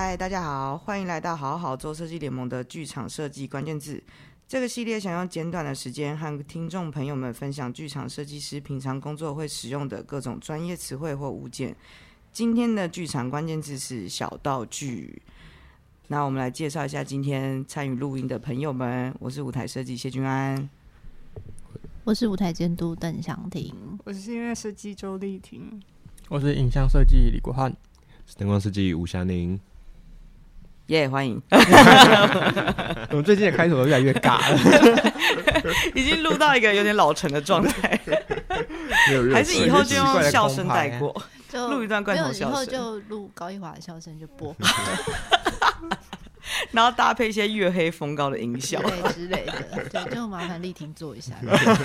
嗨，大家好，欢迎来到好好做设计联盟的剧场设计关键字。这个系列想用简短的时间和听众朋友们分享剧场设计师平常工作会使用的各种专业词汇或物件。今天的剧场关键字是小道具。那我们来介绍一下今天参与录音的朋友们。我是舞台设计谢君安， 我是舞台监督邓祥婷， 我是音乐设计周丽婷， 我是影像设计李国汉， 是灯光设计吴霞宁。 耶、欢迎！ 我们最近的开头都越来越尬了， 已经录到一个有点老成的状态，还是以后就用笑声带过，录一段罐头笑声， 以后就录高一华的笑声就播， 然后搭配一些月黑风高的音效对之类的，对，就麻烦丽婷做一下。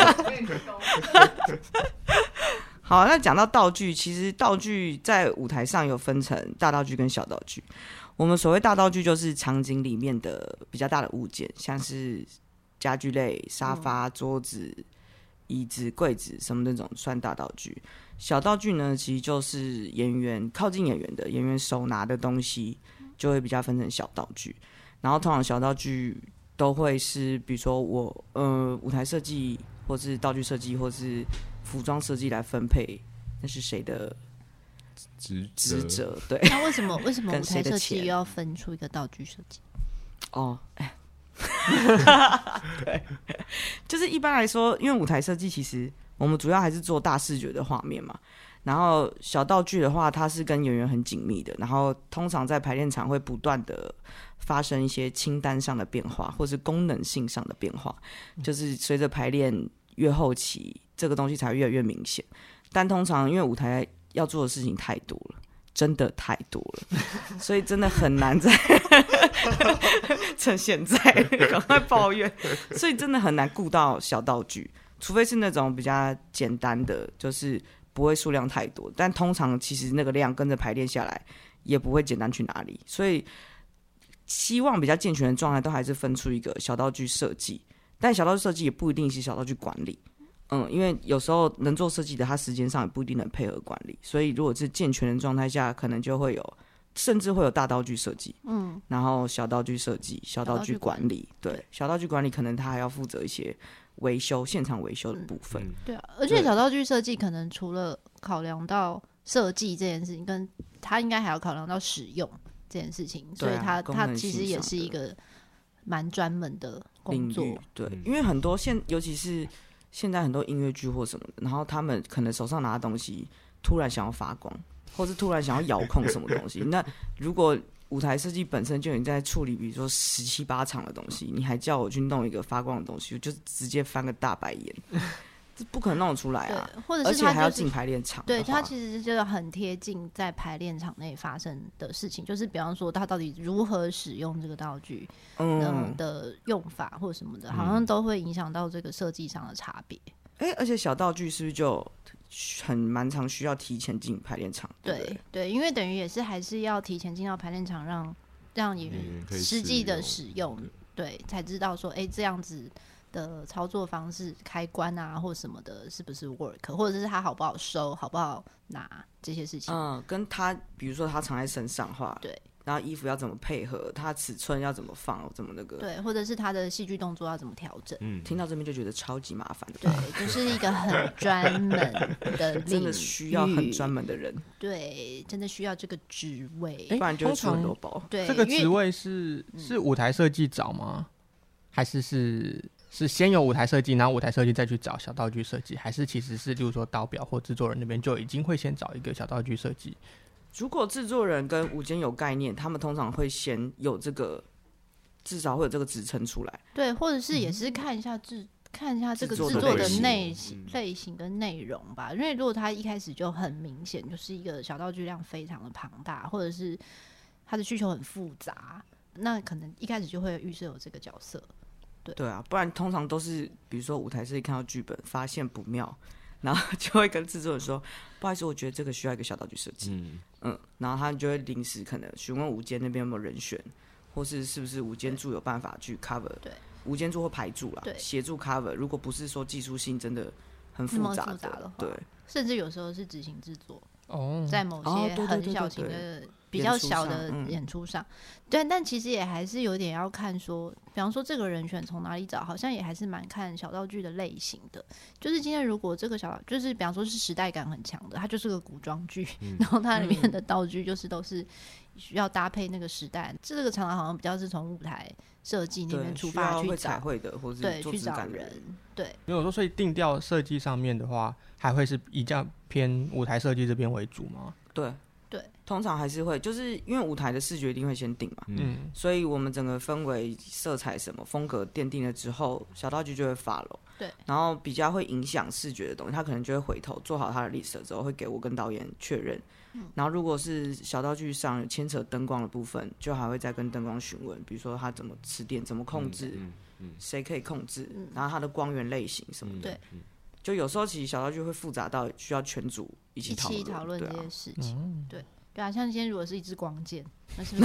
好，那讲到道具，其实道具在舞台上有分成大道具跟小道具。我们所谓大道具就是场景里面的比较大的物件，像是家具类、沙发、桌子、椅子、柜子什么那种算大道具。小道具呢，其实就是演员靠近演员的演员手拿的东西，就会比较分成小道具。然后通常小道具都会是，比如说我舞台设计，或是道具设计，或是服装设计来分配，那是谁的职责？对。 那为什么舞台设计又要分出一个道具设计？ 哦，对，就是一般来说，因为舞台设计其实我们主要还是做大视觉的画面嘛。然后小道具的话，它是跟演员很紧密的，然后通常在排练场会不断的发生一些清单上的变化，或是功能性上的变化，就是随着排练越后期，这个东西才会越来越明显。但通常因为舞台要做的事情太多了，真的太多了，所以真的很难在趁现在赶快抱怨，所以真的很难顾到小道具，除非是那种比较简单的，就是不会数量太多，但通常其实那个量跟着排练下来也不会简单去哪里，所以希望比较健全的状态都还是分出一个小道具设计，但小道具设计也不一定是小道具管理。因为有时候能做设计的，他时间上也不一定能配合管理，所以如果是健全的状态下，可能就会有，甚至会有大道具设计，然后小道具设计、小道具管理，对，小道具管理可能他还要负责一些维修、现场维修的部分， 对啊，而且小道具设计可能除了考量到设计这件事情，跟他应该还要考量到使用这件事情，所以他其实也是一个蛮专门的工作， 对，因为很多尤其是现在很多音乐剧或什么的，然后他们可能手上拿的东西突然想要发光，或是突然想要遥控什么东西。那如果舞台设计本身就已经在处理，比如说17、8场的东西，你还叫我去弄一个发光的东西，我就直接翻个大白眼，这不可能弄得出来啊！ 或者是而且还要进排练场， 对，它其实就是很贴近在排练场内发生的事情，就是比方说他到底如何使用这个道具，的用法或什么的，好像都会影响到这个设计上的差别。 而且小道具是不是就蛮常需要提前进排练场？ 对，因为等于也是还是要提前进到排练场，让演员实际的使用，对，才知道说，这样子的操作方式、开关啊或什么的，是不是 work， 或者是它好不好收、好不好拿这些事情。 跟他比如说他藏在身上的话， 对。 然后衣服要怎么配合，它尺寸要怎么放，怎么那个， 对，或者是他的戏剧动作要怎么调整。 听到这边就觉得超级麻烦的。 对，就是一个很专门的领域， 真的需要很专门的人。 对，真的需要这个职位， 不然就会出很多包。 对， 这个职位是舞台设计找吗？还是先有舞台设计，然后舞台设计再去找小道具设计？还是其实是例如说导表或制作人那边就已经会先找一个小道具设计？ 如果制作人跟舞监有概念，他们通常会先有这个，至少会有这个职称出来。 对，或者是也是看一下这个制作的类型跟内容吧。因为如果他一开始就很明显就是一个小道具量非常的庞大，或者是他的需求很复杂，那可能一开始就会预设有这个角色。 对啊，不然通常都是比如说舞台设计看到剧本发现不妙，然后就会跟制作人说，不好意思，我觉得这个需要一个小道具设计。然后他就会临时可能询问舞监那边有没有人选，或是不是舞监助有办法去 cover， 对，舞监助或排助啦，协助 cover。如果不是说技术性真的很复杂的，对， 甚至有时候是执行制作， 在某些很小型的比较小的演出上，对，但其实也还是有点要看说，比方说这个人选从哪里找，好像也还是蛮看小道具的类型的。就是今天如果这个就是比方说是时代感很强的，它就是个古装剧，然后它里面的道具就是都是需要搭配那个时代，这个常常好像比较是从舞台设计那边出发去找彩绘的，或是对去找人，对。 没有说，所以定调设计上面的话，还会是以这样偏舞台设计这边为主吗？ 对， 通常还是会，就是因为舞台的视觉一定会先定嘛，所以我们整个氛围、色彩什么风格奠定了之后，小道具就会follow， 对， 然后比较会影响视觉的东西，他可能就会回头做好他的 list 之后，会给我跟导演确认，然后如果是小道具上有牵扯灯光的部分，就还会再跟灯光询问，比如说他怎么吃电、怎么控制，谁可以控制，然后他的光源类型什么的， 对。 就有时候其实小道具会复杂到需要全组一起讨论这些事情，对啊，像今天如果是一支光剑，那是不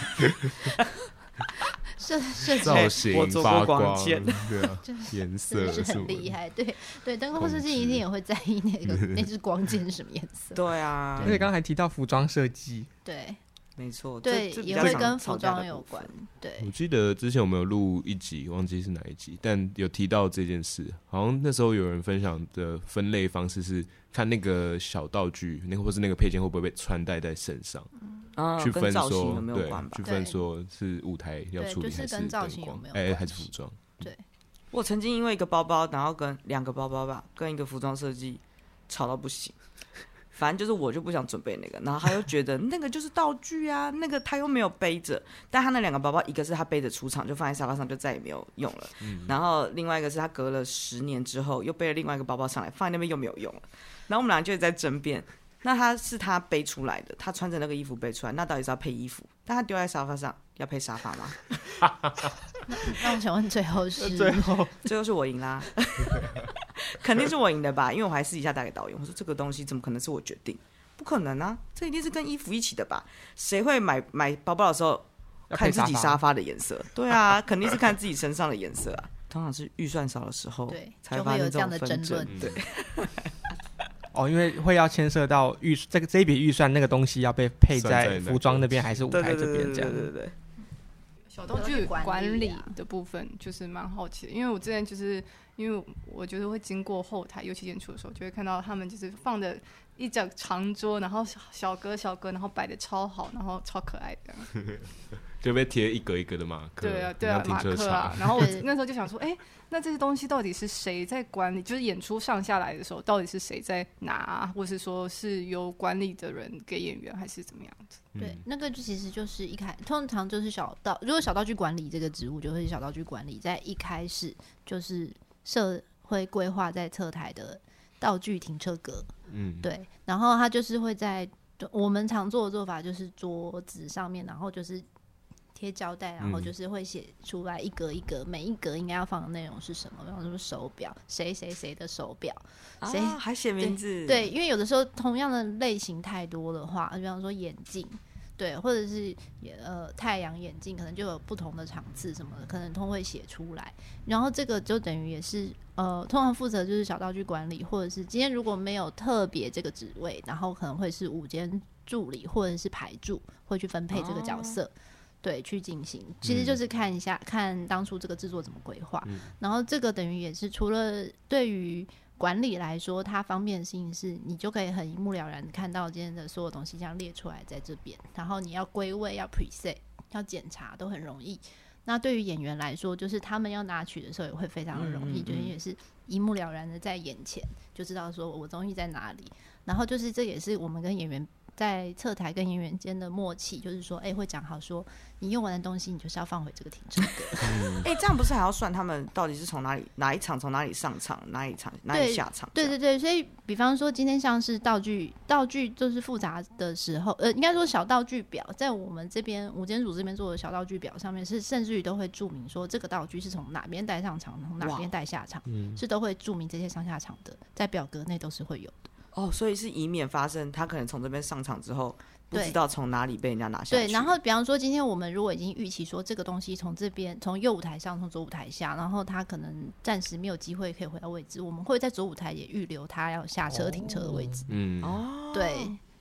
是设计造型我做过光剑， 对啊，颜色是很厉害，对，灯光设计一定也会在意那支光剑是什么颜色， 对啊， 而且刚才提到服装设计， 对。 没错， 对，也会跟服装有关。对， 我记得之前我们有录一集，忘记是哪一集，但有提到这件事。好像那时候有人分享的分类方式是看那个小道具，或是那个配件会不会被穿戴在身上，去分说，对，去分说是舞台要处理还是灯光，还是服装。 对， 我曾经因为一个包包，然后跟2个包包吧，跟一个服装设计吵到不行。反正就是我就不想准备那个，然后他又觉得那个就是道具啊，那个他又没有背着，但他那2个包包，一个是他背着出场就放在沙发上就再也没有用了，然后另外一个是他隔了10年之后又背了另外一个包包上来放在那边又没有用了，然后我们俩就在争辩，那他是他背出来的，他穿着那个衣服背出来，那到底是要配衣服，但他丢在沙发上要配沙发吗？ 那我想问最后是我赢啦。肯定是我赢的吧，因为我还私底下打给导演，我说这个东西怎么可能是我决定？不可能啊，这一定是跟衣服一起的吧？谁会买包包的时候看自己沙发的颜色？对啊，肯定是看自己身上的颜色啊。通常是预算少的时候， 对， 才发生这样的纷争。对， 因为会要牵涉到这一笔预算，那个东西要被配在服装那边还是舞台这边这样？ 对。 小道具管理的部分就是蛮好奇的，因为我之前就是因为我觉得会经过后台，尤其演出的时候，就会看到他们就是放的一整长桌，然后小格，然后摆的超好，然后超可爱的， 就被贴一格一格的马克，对啊， 马克啊。然后我那时候就想说，那这些东西到底是谁在管理？就是演出上下来的时候，到底是谁在拿，或是说是由管理的人给演员，还是怎么样子？ 对，那个其实就是通常就是如果小道具管理这个职务，就会是小道具管理在一开始就是会规划在侧台的道具停车格，对，然后他就是会在我们常做的做法就是桌子上面，然后就是贴胶带，然后就是会写出来一格一格，每一格应该要放的内容是什么，比方说手表，谁的手表，谁还写名字， 对，因为有的时候同样的类型太多的话，比方说眼镜。对，或者是太阳眼镜，可能就有不同的场次什么的，可能都会写出来。然后这个就等于也是通常负责就是小道具管理，或者是今天如果没有特别这个职位，然后可能会是舞监助理或者是排助会去分配这个角色。对，去进行，其实就是看一下，看当初这个制作怎么规划。然后这个等于也是除了对于管理来说，它方便的事情是，你就可以很一目了然的看到今天的所有东西这样列出来在这边，然后你要归位、要 preset、要检查都很容易。那对于演员来说，就是他们要拿取的时候也会非常的容易，就是也是一目了然的在眼前就知道说我东西在哪里。然后就是这也是我们跟演员在侧台跟演员间的默契，就是说会讲好说你用完的东西你就是要放回这个停车格。 这样不是还要算他们到底是从哪一场从哪里上场，哪里下场？ 对，所以比方说今天像是道具就是复杂的时候，应该说小道具表在我们这边舞监组这边做的小道具表上面是甚至于都会注明说这个道具是从哪边带上场，从哪边带下场，是都会注明这些上下场的，在表格内都是会有的。 所以是以免发生他可能从这边上场之后不知道从哪里被人家拿下去。 对，然后比方说今天我们如果已经预期说这个东西从这边从右舞台上从左舞台下，然后他可能暂时没有机会可以回到位置，我们会在左舞台也预留他要下车停车的位置。对，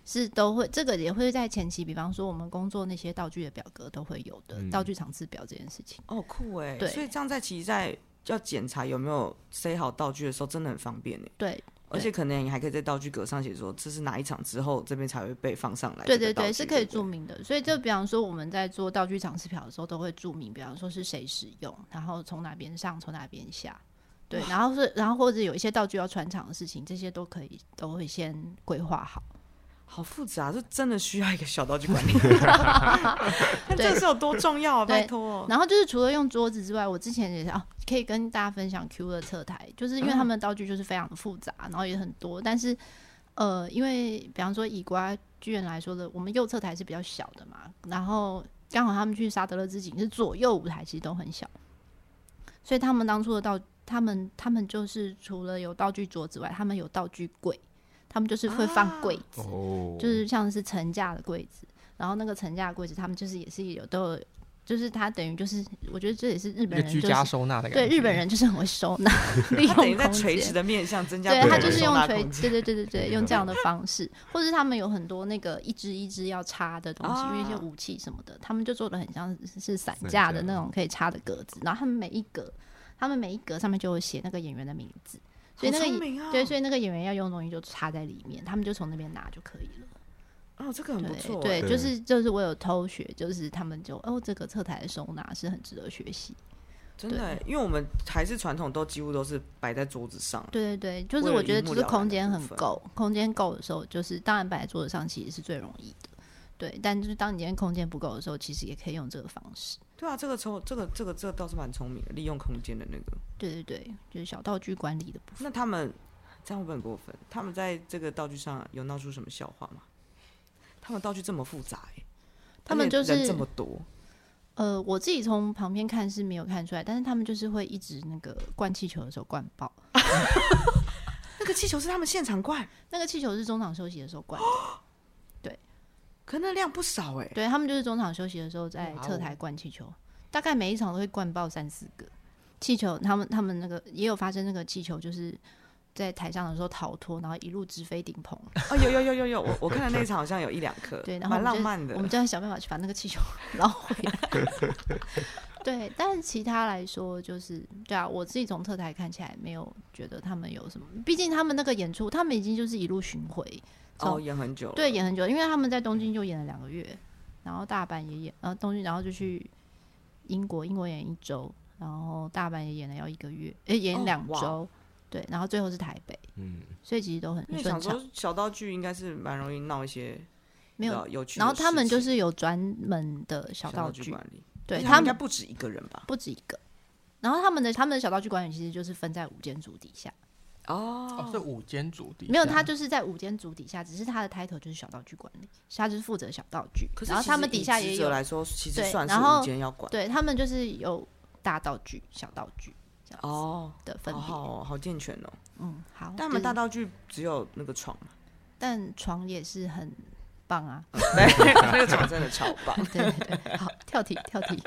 是都会，这个也会在前期，比方说我们工作那些道具的表格都会有的，道具场次表这件事情。 哦，酷哎！ 对， 所以这样其实在要检查有没有塞好道具的时候，真的很方便哎。 对。 而且可能你还可以在道具格上写说这是哪一场之后这边才会被放上来。 对对对，是可以注明的。所以就比方说我们在做道具场次表的时候，都会注明，比方说是谁使用，然后从哪边上，从哪边下。对，然后或者有一些道具要穿场的事情，这些都会先规划好。 好复杂，这真的需要一个小道具管理。但这是有多重要啊！拜托。 然后就是除了用桌子之外，我之前也是可以跟大家分享 Q 的侧台，就是因为他们的道具就是非常的复杂，然后也很多，但是因为比方说以国家剧院来说的，我们右侧台是比较小的嘛，然后刚好他们去沙德勒之井是左右舞台其实都很小，所以他们当初的他们就是除了有道具桌之外，他们有道具柜。他们就是会放柜子，就是像是层架的柜子，然后那个层架的柜子，他们就是也是都有，就是它等于就是，我觉得这也是日本人、就是、 居家收纳的感觉。 对，日本人就是很会收纳，利用等于在垂直的面向增加， 对，他就是用垂，对，用这样的方式，或者是他们有很多那个一支一支要插的东西，因为一些武器什么的，他们就做的很像是伞架的那种可以插的格子，然后他们每一格上面就会写那个演员的名字。所以那个对，所以那个演员要用的东西就插在里面，他们就从那边拿就可以了。 哦，这个很不错。 对，就是我有偷学，就是他们就这个侧台的收纳是很值得学习。 真的，因为我们还是传统，几乎都是摆在桌子上。 对对对，就是我觉得就是空间很够，空间够的时候，就是当然摆在桌子上其实是最容易的。对，但就是当你今天空间不够的时候，其实也可以用这个方式。 对啊，这个倒是蛮聪明的，利用空间的那个。 对对对，就是小道具管理的部分。 那他们这样会不会很过分？他们在这个道具上有闹出什么笑话吗？他们道具这么复杂他们就是人这么多。 我自己从旁边看是没有看出来，但是他们就是会一直那个灌气球的时候灌爆。 那个气球是他们现场灌？ 那个气球是中场休息的时候灌的。对。 可那量不少对，他们就是中场休息的时候在侧台灌气球，大概每一场都会灌爆3-4个气球。他们那个也有发生那个气球就是在台上的时候逃脱，然后一路直飞顶棚。 哦，有，我看的那一场好像有1-2颗， 对，然后蛮浪漫的。 我们就要想办法去把那个气球捞回来。对，但是其他来说就是对啊，我自己从侧台看起来没有觉得他们有什么，毕竟他们那个演出，他们已经就是一路巡回。 演很久了。 对，演很久，因为他们在东京就演了2个月，然后大阪也演，东京，然后就去英国演1周，然后大阪也演了要1个月，演2周，对，然后最后是台北，所以其实都很顺畅。 想说小道具应该是蛮容易闹一些没有有趣的事情， 然后他们就是有专门的小道具管理， 对， 他们应该不止一个人吧？ 不止一个。然后他们的小道具管理其实就是分在5间组底下。 是5间组底下， 没有，他就是在5间组底下，只是他的 title 就是小道具管理，他就是负责小道具。然后他们底下也有来说，其实算是5间要管。 对，他们就是有大道具、小道具这样子的分别。 好健全哦。 好。 但他们大道具只有那个床嘛， 但床也是很棒啊。 对，那个床真的超棒。 对，好，跳题。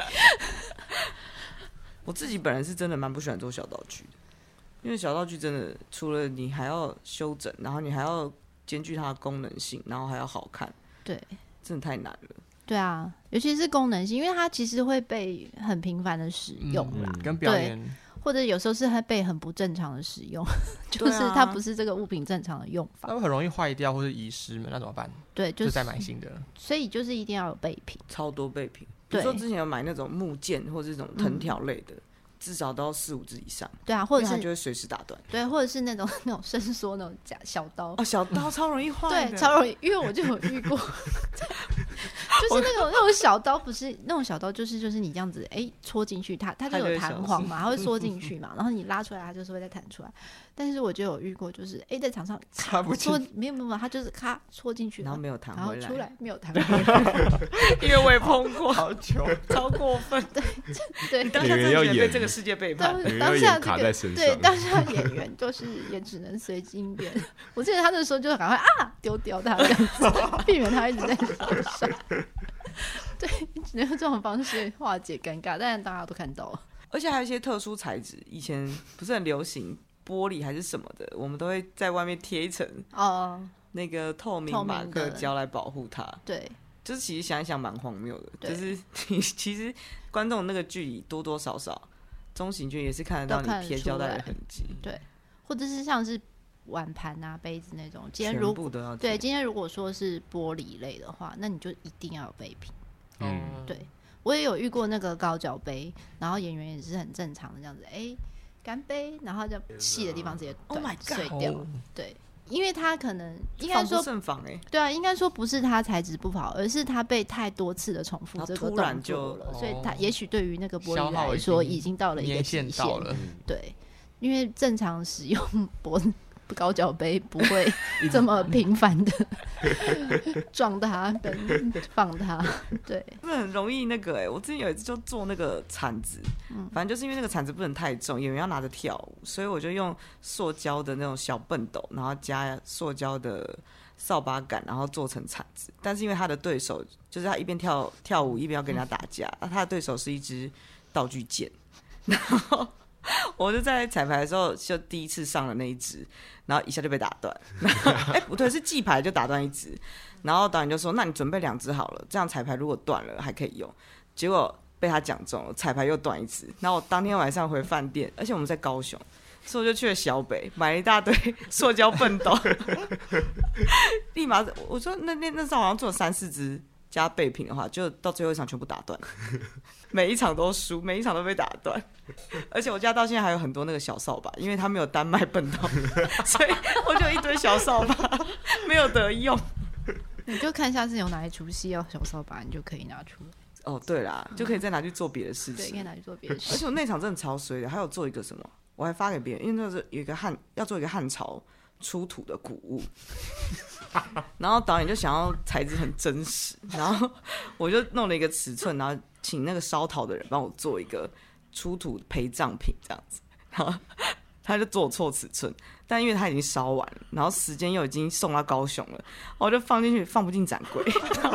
我自己本人是真的蛮不喜欢做小道具的。因为小道具真的除了你还要修整，然后你还要兼具它的功能性，然后还要好看， 对， 真的太难了。 对啊，尤其是功能性，因为它其实会被很频繁的使用啦， 跟表演， 或者有时候是会被很不正常的使用，就是它不是这个物品正常的用法， 那会很容易坏掉或是遗失嘛，那怎么办？ 对，就再买新的。 所以就是一定要有备品， 超多备品。比如说之前有买那种木剑或者这种藤条类的。至少都要4-5支以上， 对啊，或者是它就会随时打断， 对，或者是那种伸缩那种小刀， 小刀超容易坏的， 对，超容易，因为我就有遇过，就是那种小刀，不是那种小刀，就是你这样子，戳进去，它就有弹簧嘛，它会缩进去嘛，然后你拉出来，它就是会再弹出来。但是我就有遇过，就是在场上插不进， 没有，它就是咔戳进去， 然后没有弹回来， 然后出来没有弹回来， 因为我也碰过， 好糗， 超过分， 对， 当下真的被这个世界背叛， 当下卡在身上， 对，当下演员就是也只能随机应变。我记得他那时候就赶快丢掉他这样子，避免他一直在手上。对，只能用这种方式化解尴尬，但是大家都看到了。 而且还有一些特殊材质，以前不是很流行玻璃还是什么的，我们都会在外面贴一层那个透明马克胶来保护他。 对， 就是其实想一想蛮荒谬的，就是其实观众那个距离多多少少，中型剧也是看得到你贴胶带的痕迹。 对，或者是像是碗盘啊、杯子那种，今天全部都要对，今天如果说是玻璃类的话，那你就一定要有杯品。对，我也有遇过那个高脚杯，然后演员也是很正常的这样子，干杯，然后就细的地方直接碎掉。对，因为他可能应该说防不胜防对啊，应该说不是他材质不好，而是他被太多次的重复这个动作了，所以他也许对于那个玻璃来说已经到了一个极限了。对，因为正常使用高脚杯不会这么频繁的撞它跟放它。对， 真的很容易那个我之前有一次就做那个铲子，反正就是因为那个铲子不能太重，演员要拿着跳舞，所以我就用塑胶的那种小笨斗，然后加塑胶的扫把杆，然后做成铲子。但是因为他的对手就是他一边跳舞一边要跟人家打架，他的对手是一支道具剑，然后我就在彩排的时候就第一次上了那一支，然后一下就被打断。不对，是记牌就打断一支，然后导演就说：“那你准备2支好了，这样彩排如果断了还可以用。”结果被他讲中了，彩排又断一支。然后我当天晚上回饭店，而且我们在高雄，所以我就去了小北，买了一大堆塑胶笨斗，立马我说那时候好像做了3-4支加备品的话，就到最后一场全部打断，每一场都输，每一场都被打断。而且我家到现在还有很多那个小扫把，因为他没有单卖笨斗，所以我就有一堆小扫把没有得用。 你就看下次有哪一出戏要小扫把，你就可以拿出来。 哦，对啦，就可以再拿去做别的事情。 对，可以拿去做别的事情。 而且我那场真的超衰的，还有做一个什么，我还发给别人，因为那时候有一个要做一个汉朝出土的古物，然后导演就想要材质很真实，然后我就弄了一个尺寸，然后请那个烧陶的人帮我做一个出土陪葬品这样子，然后他就做错尺寸，但因为他已经烧完了，然后时间又已经送到高雄了，我就放进去放不进展柜，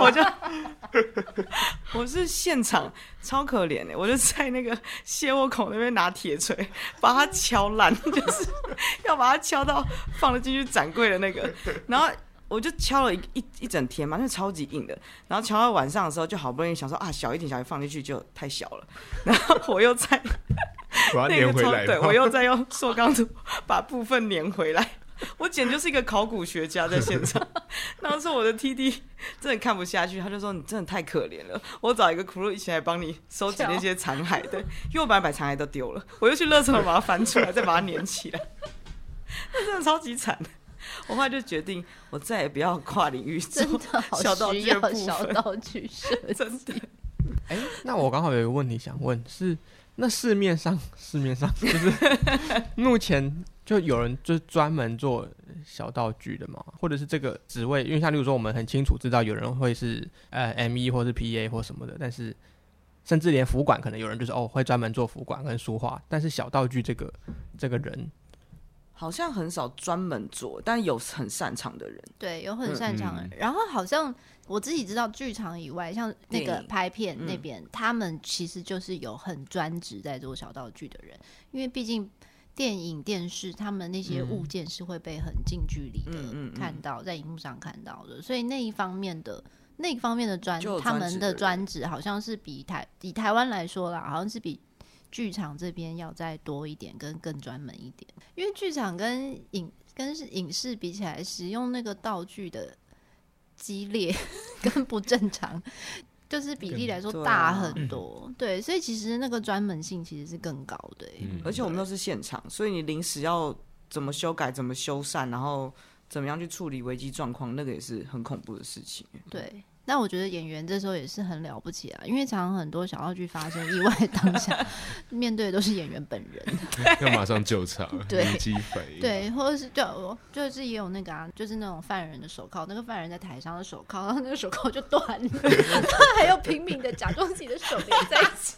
我是现场超可怜的，我就在那个卸货口那边拿铁锤把它敲烂，就是要把它敲到放得进去展柜的那个，然后我就敲了一整天嘛，那超级硬的，然后敲到晚上的时候就好不容易想说小一点放进去就太小了，然后我又再把它粘回来， 对，我又再用塑钢土把部分粘回来。我简直就是一个考古学家在现场。然后说我的 TD 真的看不下去，他就说你真的太可怜了，我找一个 crew 一起来帮你收集那些残骸。对，因为我本来把残骸都丢了，我又去垃圾桶把它翻出来，再把它粘起来。那真的超级惨的。我后来就决定，我再也不要跨领域做小道具的部分。 小道具设计， 真的。 那我刚好有一个问题想问，是那市面上就是目前就有人就是专门做小道具的吗？或者是这个职位？因为像例如说，我们很清楚知道有人会是ME 或是 PA 或什么的，但是甚至连服管可能有人就是会专门做服管跟书画，但是小道具这个人。 好像很少专门做，但有很擅长的人。 对，有很擅长的人。然后好像我自己知道，剧场以外，像那个拍片那边，他们其实就是有很专职在做小道具的人，因为毕竟电影、电视他们那些物件是会被很近距离的看到，在荧幕上看到的，所以那一方面的他们的专职好像是以台湾来说啦，好像是比剧场这边要再多一点，跟更专门一点。因为剧场跟影视比起来，使用那个道具的激烈跟不正常，就是比例来说大很多。对，所以其实那个专门性其实是更高的。 而且我们都是现场，所以你临时要怎么修改、怎么修缮，然后怎么样去处理危机状况，那个也是很恐怖的事情。 对。那我觉得演员这时候也是很了不起啊，因为常常很多小道具发生意外当下，面对的都是演员本人， 要马上救场，临机反应。 对，或者是就是也有那个就是那种犯人的手铐，那个犯人在台上的手铐，然后那个手铐就断了，他还要拼命的假装自己的手连在一起。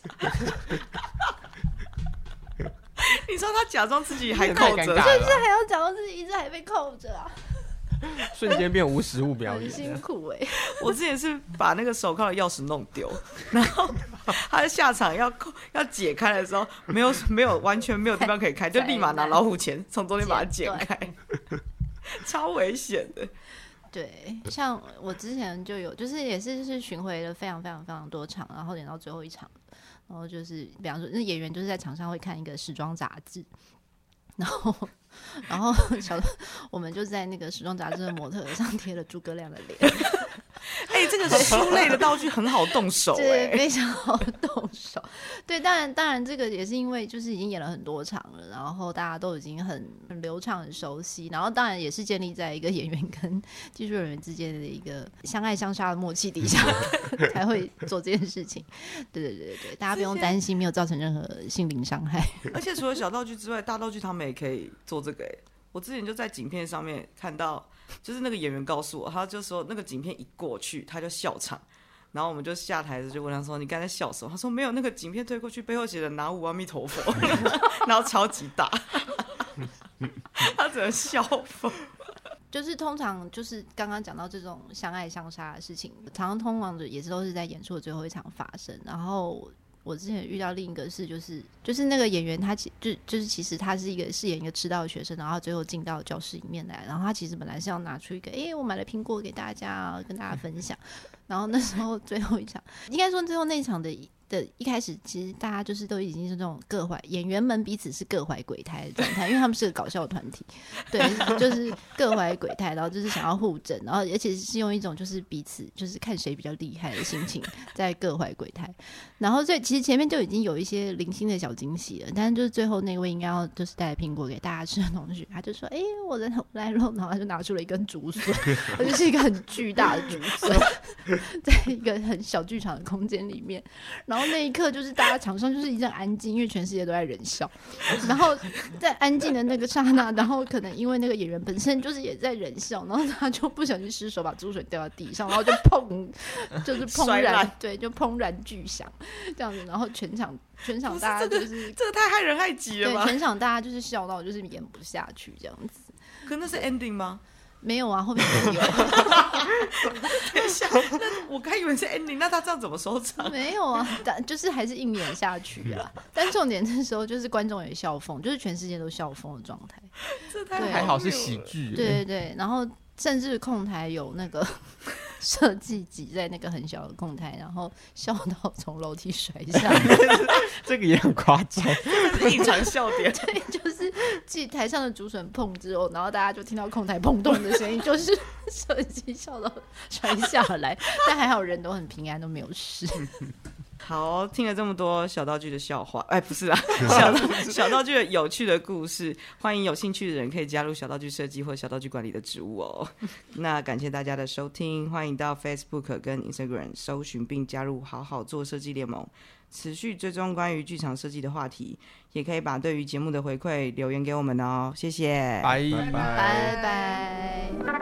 你说他假装自己还扣着， 就是还要假装自己一直还被扣着啊。 瞬间变无实物表演， 很辛苦我之前是把那个手铐的钥匙弄丢，然后他下场要解开的时候，没有完全没有地方可以开，就立马拿老虎钳从中间把它剪开，超危险的。 对，像我之前就有，就是也是巡回了非常非常非常多场，然后演到最后一场，然后就是比方说，那演员就是在场上会看一个时装杂志，然后我们就在那个时装杂志的模特上贴了诸葛亮的脸。 这个书类的道具很好动手， 对，非常好动手。对，当然这个也是因为就是已经演了很多场了，然后大家都已经很流畅、很熟悉，然后当然也是建立在一个演员跟技术人员之间的一个相爱相杀的默契底下才会做这件事情。对，大家不用担心没有造成任何心灵伤害。 而且除了小道具之外，大道具他们也可以做这个。我之前就在景片上面看到，就是那个演员告诉我，他就说那个景片一过去他就笑场，然后我们就下台的时候就问他说你刚才笑什么？他说没有，那个景片推过去背后写着拿无阿弥陀佛然后超级大他只能笑疯。 就是通常就是刚刚讲到这种相爱相杀的事情，常常通常也是都是在演出的最后一场发生。然后我之前遇到另一个事，就是那个演员他就是其实他是饰演一个迟到的学生，然后最后进到教室里面来，然后他其实本来是要拿出一个我买了苹果给大家跟大家分享，然后那时候最后一场，应该说最后那一场的一开始，其实大家就是都已经是那种演员们彼此是各怀鬼胎的状态，因为他们是个搞笑团体，对，就是各怀鬼胎，然后就是想要互整，然后而且是用一种就是彼此就是看谁比较厉害的心情在各怀鬼胎，然后所以其实前面就已经有一些零星的小惊喜了，但是就是最后那位应该要就是带苹果给大家吃的同学，他就说我人来了，然后他就拿出了一根竹笋，它就是一个很巨大的竹笋，在一个很小剧场的空间里面，然后那一刻就是大家场上就是一阵安静，因为全世界都在忍笑，然后在安静的那个刹那，然后可能因为那个演员本身就是也在忍笑，然后他就不小心失手把竹笋掉到地上，然后就就是砰然，对，就砰然巨响这样子，然后全场大家就是这个太害人害己了吧？ 对，全场大家就是笑到就是演不下去这样子。 可那是 ending 吗？ 没有啊，后面没有。 等一下，那我刚以为是 ending， 那他这样怎么收场？ 没有啊，就是还是硬演下去啊。但重点这时候就是观众也笑疯，就是全世界都笑疯的状态。 这太还好是喜剧。 对，然后甚至控台有那个设计挤在那个很小的控台，然后笑到从楼梯摔下来。 这个也很夸张， 这是隐藏笑点。 对，就是继台上的竹笋碰之后，然后大家就听到控台砰咚的声音，就是设计笑到摔下来，但还好人都很平安，都没有事。 好，听了这么多小道具的笑话，不是啦，小道具的有趣的故事，欢迎有兴趣的人可以加入小道具设计或小道具管理的职务哦。那感谢大家的收听，欢迎到 Facebook 跟 Instagram 搜寻并加入好好做设计联盟，持续追踪关于剧场设计的话题，也可以把对于节目的回馈留言给我们哦。谢谢， 拜拜。